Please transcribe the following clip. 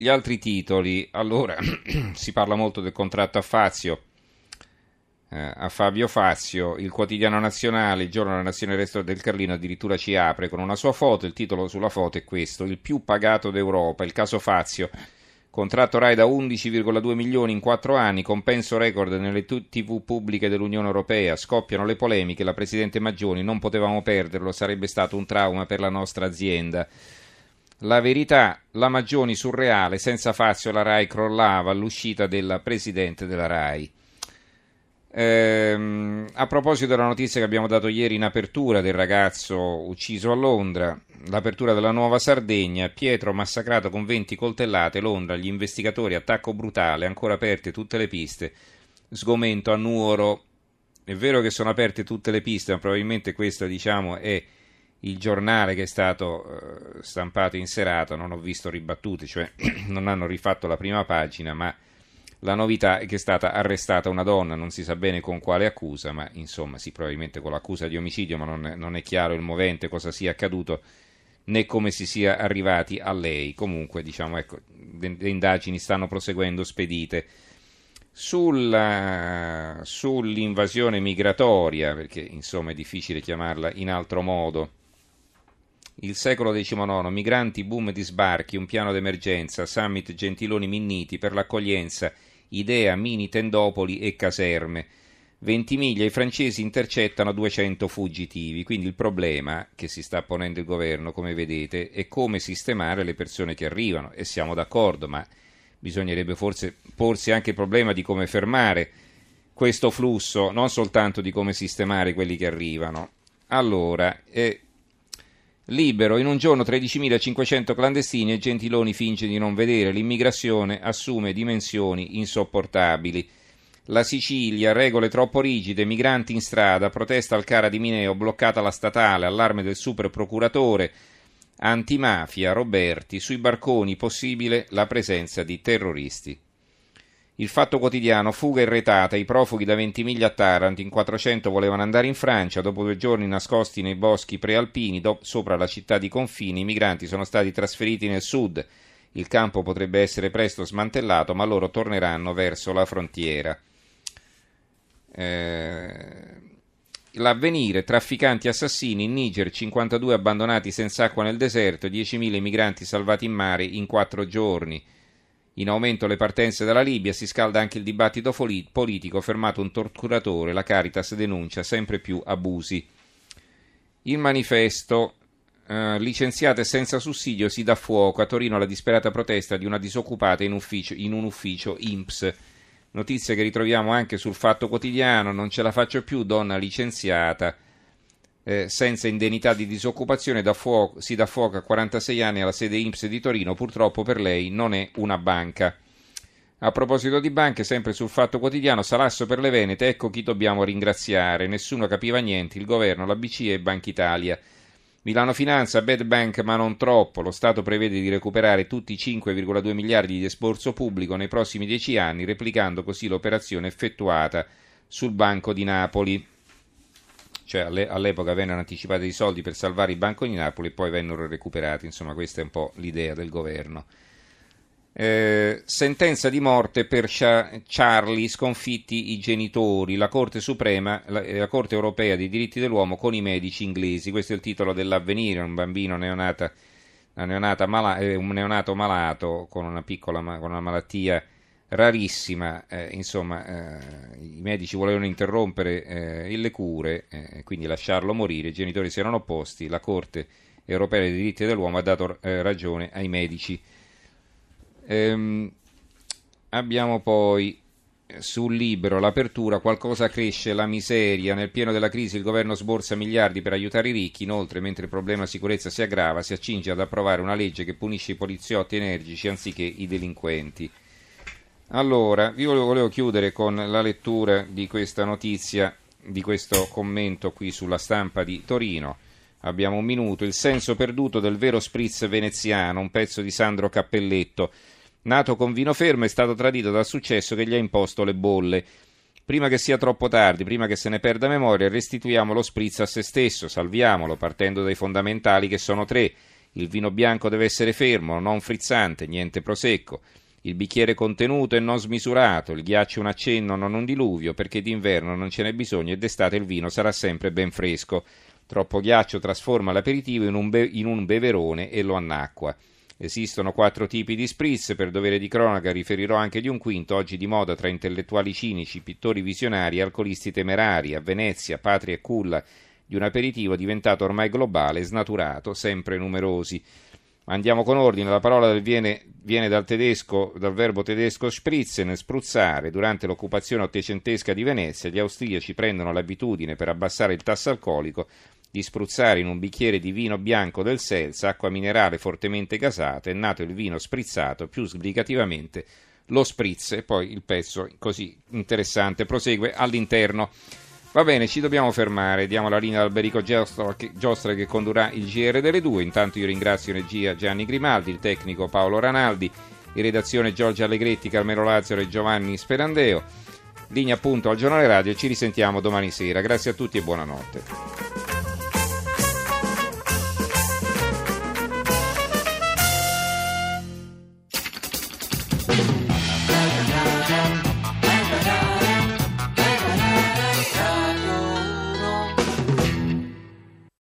Gli altri titoli, allora, si parla molto del contratto a Fabio Fazio, il quotidiano nazionale, il giorno della nazione, il resto del Carlino addirittura ci apre con una sua foto, il titolo sulla foto è questo: il più pagato d'Europa, il caso Fazio, contratto Rai da 11,2 milioni in 4 anni, compenso record nelle TV pubbliche dell'Unione Europea, scoppiano le polemiche, la Presidente Maggioni, non potevamo perderlo, sarebbe stato un trauma per la nostra azienda. La verità, la Maggioni surreale, senza Fazio la Rai crollava all'uscita della Presidente della Rai. A proposito della notizia che abbiamo dato ieri in apertura del ragazzo ucciso a Londra, l'apertura della Nuova Sardegna, Pietro massacrato con 20 coltellate, Londra, gli investigatori, attacco brutale, ancora aperte tutte le piste, sgomento a Nuoro. È vero che sono aperte tutte le piste, ma probabilmente questo, diciamo, è il giornale che è stato stampato in serata, non ho visto ribattute, cioè non hanno rifatto la prima pagina, ma la novità è che è stata arrestata una donna, non si sa bene con quale accusa, ma insomma sì, probabilmente con l'accusa di omicidio, ma non è chiaro il movente, cosa sia accaduto, né come si sia arrivati a lei. Comunque, diciamo, ecco, le indagini stanno proseguendo spedite. Sull'invasione migratoria, perché insomma è difficile chiamarla in altro modo, il secolo XIX, migranti, boom di sbarchi, un piano d'emergenza, summit Gentiloni Minniti per l'accoglienza, idea mini tendopoli e caserme. Ventimiglia, i francesi intercettano 200 fuggitivi, quindi il problema che si sta ponendo il governo, come vedete, è come sistemare le persone che arrivano, e siamo d'accordo, ma bisognerebbe forse porsi anche il problema di come fermare questo flusso, non soltanto di come sistemare quelli che arrivano. Allora, Libero, in un giorno 13.500 clandestini e Gentiloni finge di non vedere, l'immigrazione assume dimensioni insopportabili. La Sicilia, regole troppo rigide, migranti in strada, protesta al Cara di Mineo, bloccata la statale, allarme del super procuratore, antimafia, Roberti, sui barconi possibile la presenza di terroristi. Il Fatto Quotidiano, fuga irretata, i profughi da Ventimiglia a Taranto, in 400 volevano andare in Francia, dopo 2 giorni nascosti nei boschi prealpini, sopra la città di confini, i migranti sono stati trasferiti nel sud, il campo potrebbe essere presto smantellato, ma loro torneranno verso la frontiera. L'Avvenire, trafficanti assassini, in Niger 52 abbandonati senza acqua nel deserto, 10.000 migranti salvati in mare in 4 giorni. In aumento le partenze dalla Libia, si scalda anche il dibattito politico, fermato un torturatore, la Caritas denuncia sempre più abusi. Il Manifesto, licenziate senza sussidio, si dà fuoco, a Torino la disperata protesta di una disoccupata in un ufficio INPS. Notizia che ritroviamo anche sul Fatto Quotidiano, non ce la faccio più, donna licenziata. Senza indennità di disoccupazione si dà fuoco a 46 anni alla sede INPS di Torino, purtroppo per lei non è una banca. A proposito di banche, sempre sul Fatto Quotidiano, salasso per le Venete, ecco chi dobbiamo ringraziare, nessuno capiva niente, il governo, la BCE e Banca Italia. Milano Finanza, bad bank ma non troppo, lo Stato prevede di recuperare tutti i 5,2 miliardi di esborso pubblico nei prossimi 10 anni, replicando così l'operazione effettuata sul Banco di Napoli. Cioè all'epoca vennero anticipati i soldi per salvare il Banco di Napoli e poi vennero recuperati, insomma questa è un po' l'idea del governo. Sentenza di morte per Charlie, sconfitti i genitori, la Corte Suprema, la Corte Europea dei diritti dell'uomo con i medici inglesi, questo è il titolo dell'Avvenire, un bambino un neonato malato con una malattia rarissima, i medici volevano interrompere le cure, quindi lasciarlo morire, i genitori si erano opposti, la Corte Europea dei diritti dell'uomo ha dato ragione ai medici. Abbiamo poi sul Libero l'apertura, qualcosa cresce la miseria, nel pieno della crisi il governo sborsa miliardi per aiutare i ricchi, inoltre mentre il problema sicurezza si aggrava si accinge ad approvare una legge che punisce i poliziotti energici anziché i delinquenti. Allora, io volevo chiudere con la lettura di questa notizia, di questo commento qui sulla Stampa di Torino. Abbiamo un minuto. Il senso perduto del vero spritz veneziano, un pezzo di Sandro Cappelletto. Nato con vino fermo, è stato tradito dal successo che gli ha imposto le bolle. Prima che sia troppo tardi, prima che se ne perda memoria, restituiamo lo spritz a se stesso, salviamolo, partendo dai fondamentali che sono 3. Il vino bianco deve essere fermo, non frizzante, niente prosecco. Il bicchiere contenuto e non smisurato, il ghiaccio un accenno, non un diluvio, perché d'inverno non ce n'è bisogno e d'estate il vino sarà sempre ben fresco. Troppo ghiaccio trasforma l'aperitivo in un beverone e lo annacqua. Esistono 4 tipi di spritz, per dovere di cronaca riferirò anche di un quinto, oggi di moda tra intellettuali cinici, pittori visionari e alcolisti temerari, a Venezia, patria e culla di un aperitivo diventato ormai globale, snaturato, sempre numerosi. Andiamo con ordine, la parola viene dal verbo tedesco spritzen, spruzzare. Durante l'occupazione ottocentesca di Venezia gli austriaci prendono l'abitudine, per abbassare il tasso alcolico, di spruzzare in un bicchiere di vino bianco del Seltz, acqua minerale fortemente gasata. È nato il vino sprizzato, più sbrigativamente lo spritz. E poi il pezzo così interessante prosegue all'interno. Va bene, ci dobbiamo fermare, diamo la linea ad Alberico Giostra che condurrà il GR delle 2. Intanto io ringrazio in regia Gianni Grimaldi, il tecnico Paolo Ranaldi, in redazione Giorgio Allegretti, Carmelo Lazzaro e Giovanni Sperandeo. Linea appunto al giornale radio, ci risentiamo domani sera. Grazie a tutti e buonanotte.